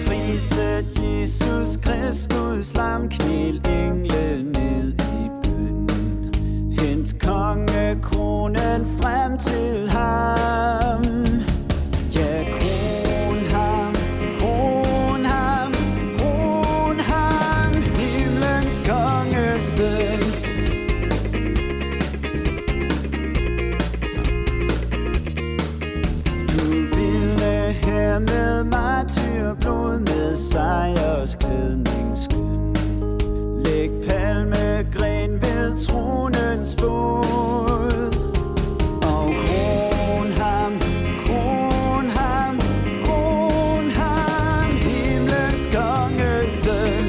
priset Jesus Kristus lam, knæl engle ned i bøn. Hent kongekronen frem til ham. Ja, kron ham, kron ham, kron ham, himlens kongesøn. Du ville her med martyrblod, med sejrsklædning skøn. Læg palmegren ved tronens fod. Og kron ham, kron ham, kron ham, himlens kongesøn.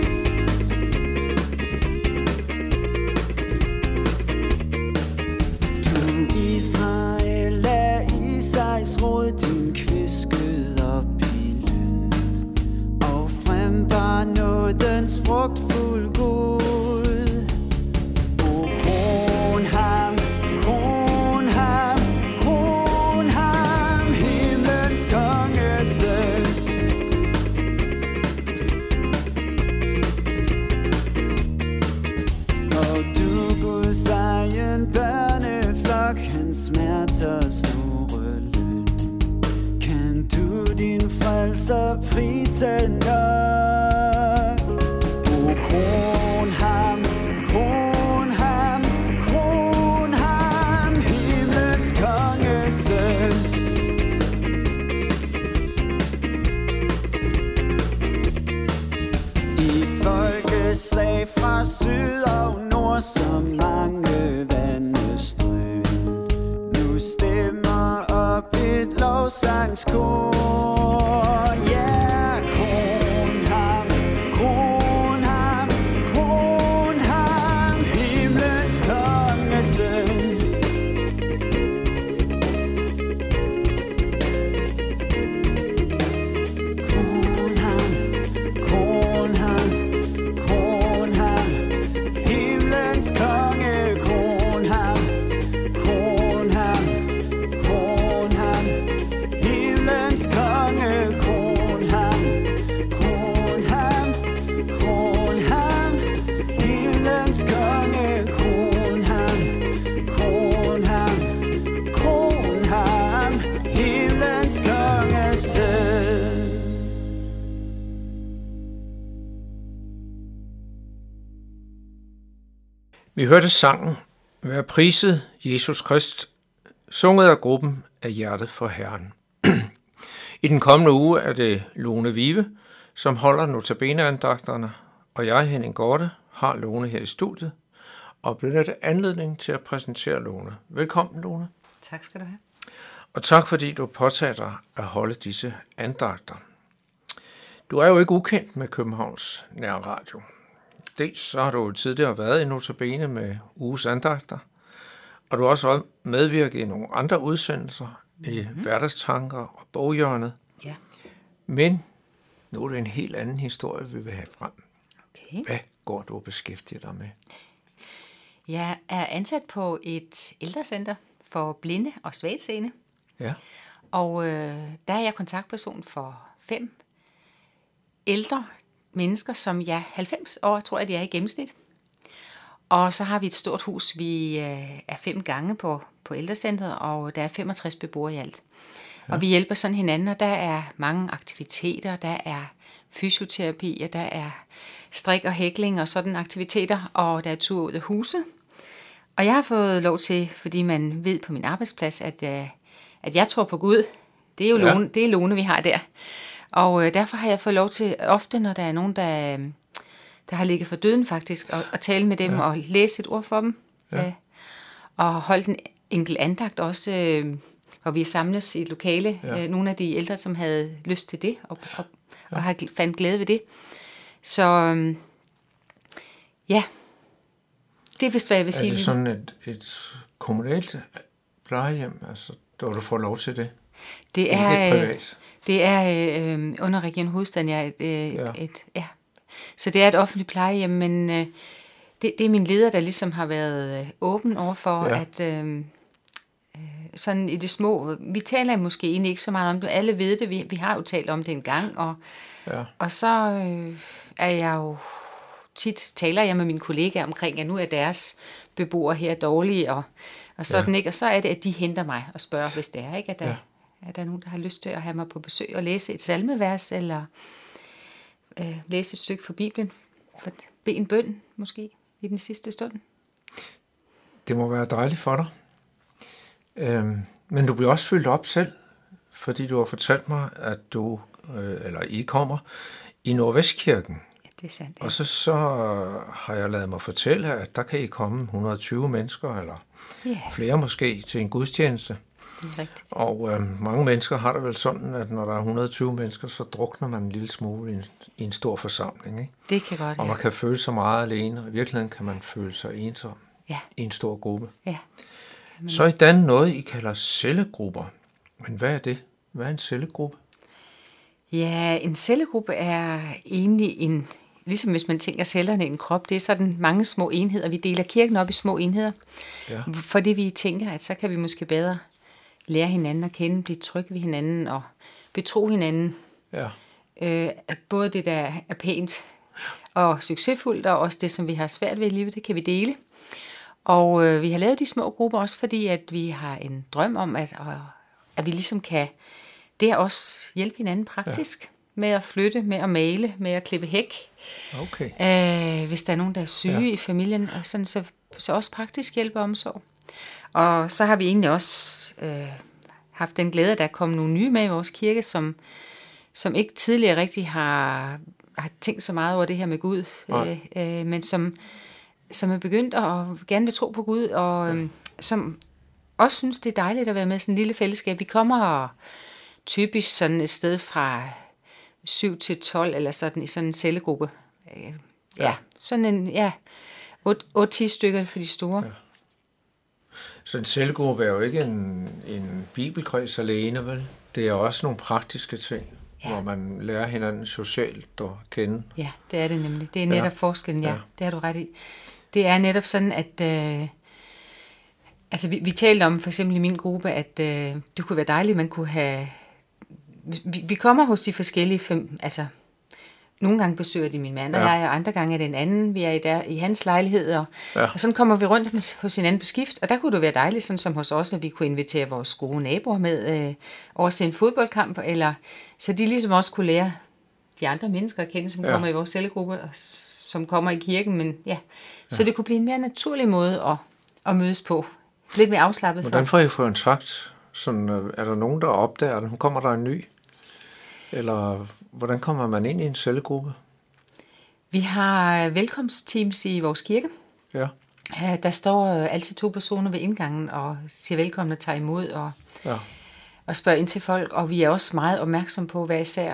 Du Israel er Isais rod, din kviskød op i løn. Og frembar nådens frugtfuld Gud. O kron ham, kron ham, kron ham, himlens kongesøn. Og du Guds egen børneflok, hans smerter store løn, kan du din frelser prise nok. O kron ham, kron ham, kron ham, himlens kongesøn. I folkeslag fra syd og nord, så mange vandestrøm, nu stemmer op et lovsangskor. Ja, kron ham, kron ham, kron ham, himlens kongesøn. Kron ham, kron ham, kron ham, himlens konge. Kron ham, kron ham, kron ham, himlens konge. Kron ham, kron ham, kron ham, himlens konge. Kron ham, kron ham, kron ham, himlens kongesøn. Vi hørte sangen Vær priset Jesus Krist, sunget af gruppen Af hjertet for Herren. I den kommende uge er det Lone Vive, som holder notabeneandagterne, og jeg, Henning Gorte, har Lone her i studiet, og benytter anledning til at præsentere Lone. Velkommen, Lone. Tak skal du have. Og tak, fordi du påtager dig at holde disse andagter. Du er jo ikke ukendt med Københavns Nærradio. Dels så har du tidligere været i notabene med uges andagter, og du har også medvirket i nogle andre udsendelser i hverdagstanker og boghjørnet. Ja. Men nu er det en helt anden historie, vi vil have frem. Okay. Hvad går du og beskæftiger dig med? Jeg er ansat på et ældrecenter for blinde og svagtseende. Ja. Og der er jeg kontaktperson for 5 ældre mennesker, som jeg 90 år, tror jeg, de er i gennemsnit. Og så har vi et stort hus. Vi er 5 gange på ældrecentret, og der er 65 beboere i alt. Ja. Og vi hjælper sådan hinanden, og der er mange aktiviteter. Der er fysioterapi, og der er strik og hækling og sådan aktiviteter, og der er tur ud af huset. Og jeg har fået lov til, fordi man ved på min arbejdsplads, at jeg tror på Gud. Det er jo Lone, det er Lone, vi har der. Og derfor har jeg fået lov til ofte, når der er nogen, der har ligget for døden faktisk, at tale med dem og læse et ord for dem. Ja. Og holde en enkelt andagt også, hvor vi samles i et lokale. Ja. Nogle af de ældre, som havde lyst til det, og har fandt glæde ved det. Så ja, det er vist, hvad jeg vil sige. Er det sådan et kommunalt plejehjem, altså, hvor du får lov til det? Det er privat. Det er under Region Hovedstaden, Så det er et offentligt plejehjem, men det er min leder, der ligesom har været åben overfor, sådan i det små. Vi taler måske egentlig ikke så meget om det. Alle ved det. Vi har jo talt om det en gang. Og så er jeg jo tit taler jeg med mine kollegaer omkring, at nu er deres beboere her dårlige, og sådan ikke. Og så er det, at de henter mig og spørger, hvis det er, ikke? Er der nogen, der har lyst til at have mig på besøg og læse et salmevers, eller læse et stykke fra Bibelen, for bede en bøn måske i den sidste stund. Det må være dejligt for dig. Men du bliver også fyldt op selv, fordi du har fortalt mig, at I kommer i Nordvestkirken. Ja, det er sandt. Ja. Og så har jeg ladet mig fortælle, at der kan I komme 120 mennesker, eller flere måske, til en gudstjeneste. Det er rigtigt. Og mange mennesker har det vel sådan, at når der er 120 mennesker, så drukner man en lille smule i en stor forsamling. Ikke? Det kan godt, og man kan føle sig meget alene, og i virkeligheden kan man føle sig ensom i en stor gruppe. Ja. Så er I dannet noget, I kalder cellegrupper. Men hvad er det? Hvad er en cellegruppe? Ja, en cellegruppe er egentlig ligesom hvis man tænker cellerne i en krop, det er sådan mange små enheder. Vi deler kirken op i små enheder, fordi vi tænker, at så kan vi måske bedre lære hinanden at kende, blive trygge ved hinanden og betro hinanden. Ja. At både det, der er pænt og succesfuldt, og også det, som vi har svært ved i livet, det kan vi dele. Og vi har lavet de små grupper også, fordi at vi har en drøm om, at vi ligesom kan der også hjælpe hinanden praktisk med at flytte, med at male, med at klippe hæk. Okay. Hvis der er nogen, der er syge i familien, sådan, så også praktisk hjælp og omsorg. Og så har vi egentlig også haft den glæde, at der er kommet nogle nye med i vores kirke, som ikke tidligere rigtig har tænkt så meget over det her med Gud, men som er begyndt at gerne vil tro på Gud, og som også synes, det er dejligt at være med i sådan en lille fællesskab. Vi kommer typisk sådan et sted fra 7 til 12, eller sådan i sådan en cellegruppe. Sådan en, 8-10 stykker for de store. Ja. Så en cellegruppe er jo ikke en bibelkreds alene, vel? Det er også nogle praktiske ting, hvor man lærer hinanden socialt at kende. Ja, det er det nemlig. Det er netop forskellen, det har du ret i. Det er netop sådan, at vi talte om for eksempel i min gruppe, at det kunne være dejligt, man kunne have. Vi kommer hos de forskellige nogle gange besøger de min mand og jeg, og andre gange er det en anden. Vi er i hans lejlighed, og sådan kommer vi rundt hos hinanden på skift. Og der kunne det være dejligt, sådan som hos os, at vi kunne invitere vores gode naboer med over til en fodboldkamp, eller så de ligesom også kunne lære de andre mennesker at kende, som kommer i vores cellegruppe, og som kommer i kirken. Men så det kunne blive en mere naturlig måde at mødes på. Lidt mere afslappet. Hvordan får I kontakt? Sådan, er der nogen, der opdager det? Nu kommer der en ny? Eller hvordan kommer man ind i en cellegruppe? Vi har velkomstteams i vores kirke. Ja. Der står altid 2 personer ved indgangen og siger velkommen og tager imod og spørger ind til folk. Og vi er også meget opmærksomme på hver især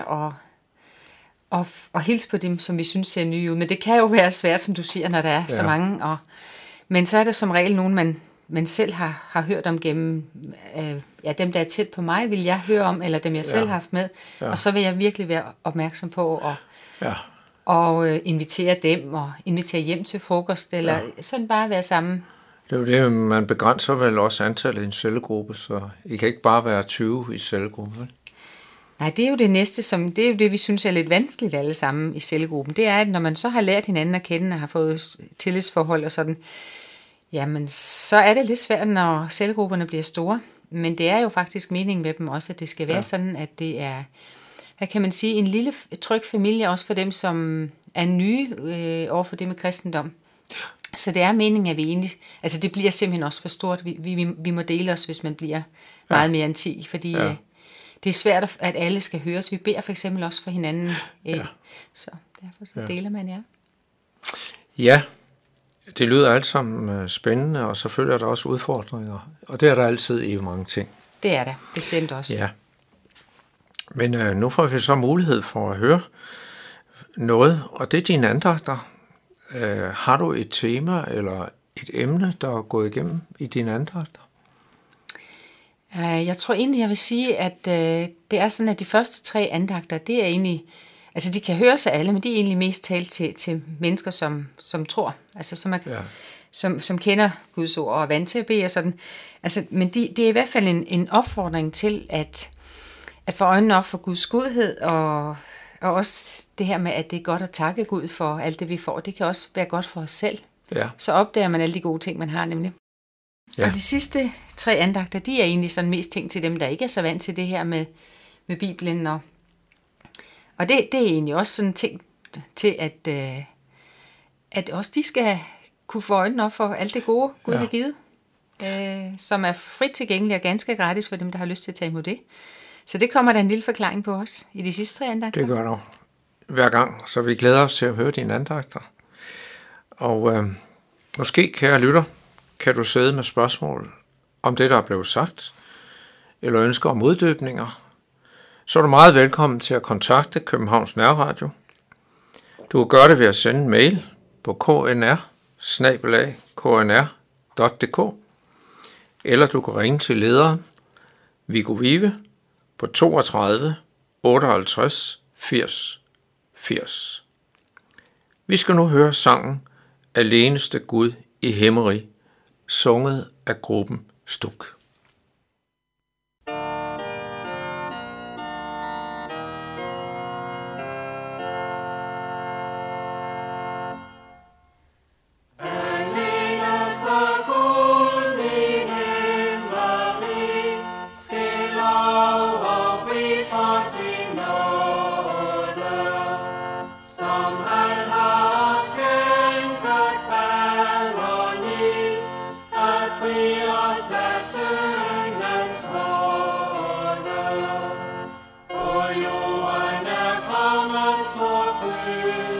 og hilse på dem, som vi synes ser nye ud. Men det kan jo være svært, som du siger, når der er så mange. Men så er der som regel nogen, man selv har hørt om gennem, dem der er tæt på mig, vil jeg høre om, eller dem jeg selv har haft med, og så vil jeg virkelig være opmærksom på og invitere dem, og invitere hjem til frokost, eller sådan bare være sammen. Det er jo det, man begrænser vel også antallet i en cellegruppe, så I kan ikke bare være 20 i cellegruppen, vel? Nej, det er jo det næste, det er jo det, vi synes er lidt vanskeligt alle sammen i cellegruppen, det er, at når man så har lært hinanden at kende, og har fået tillidsforhold og sådan, jamen, så er det lidt svært, når cellegrupperne bliver store. Men det er jo faktisk meningen med dem også, at det skal være sådan, at det er, hvad kan man sige, en lille tryg familie, også for dem, som er nye over for det med kristendom. Så det er meningen, at vi egentlig, det bliver simpelthen også for stort. Vi må dele os, hvis man bliver meget mere end 10, fordi det er svært, at alle skal høres. Vi beder for eksempel også for hinanden, så derfor så deler man, Ja. Det lyder alt sammen spændende, og selvfølgelig er der også udfordringer. Og det er der altid i mange ting. Det er der, bestemt også. Ja. Men nu får vi så mulighed for at høre noget, og det er dine andagter. Har du et tema eller et emne, der er gået igennem i dine andagter? Jeg tror egentlig, jeg vil sige, at det er sådan, at de første 3 andagter, det er egentlig. De kan høres af alle, men de er egentlig mest talt til mennesker, som tror. Som er som kender Guds ord og er vant til at bede og sådan. Altså, men det er i hvert fald en opfordring til at få øjnene op for Guds godhed, og også det her med, at det er godt at takke Gud for alt det, vi får. Det kan også være godt for os selv. Ja. Så opdager man alle de gode ting, man har nemlig. Ja. Og de sidste 3 andagter, de er egentlig sådan mest ting til dem, der ikke er så vant til det her med Bibelen. Og det er egentlig også sådan ting til, at også de skal kunne få øjnene op for alt det gode, Gud har givet. Som er frit tilgængeligt og ganske gratis for dem, der har lyst til at tage imod det. Så det kommer der en lille forklaring på os i de sidste 3 andagter. Det gør der hver gang, så vi glæder os til at høre dine andagter. Og måske, kære lytter, kan du sidde med spørgsmål om det, der er blevet sagt, eller ønsker om uddybninger, så er du meget velkommen til at kontakte Københavns Nærradio. Du kan gøre det ved at sende en mail på knr@knr.dk, eller du kan ringe til lederen Viggo Vive på 32 58 80 80. Vi skal nu høre sangen Aleneste Gud i Himmerig, sunget af gruppen Stuk. Jorden er kommet stor fryd.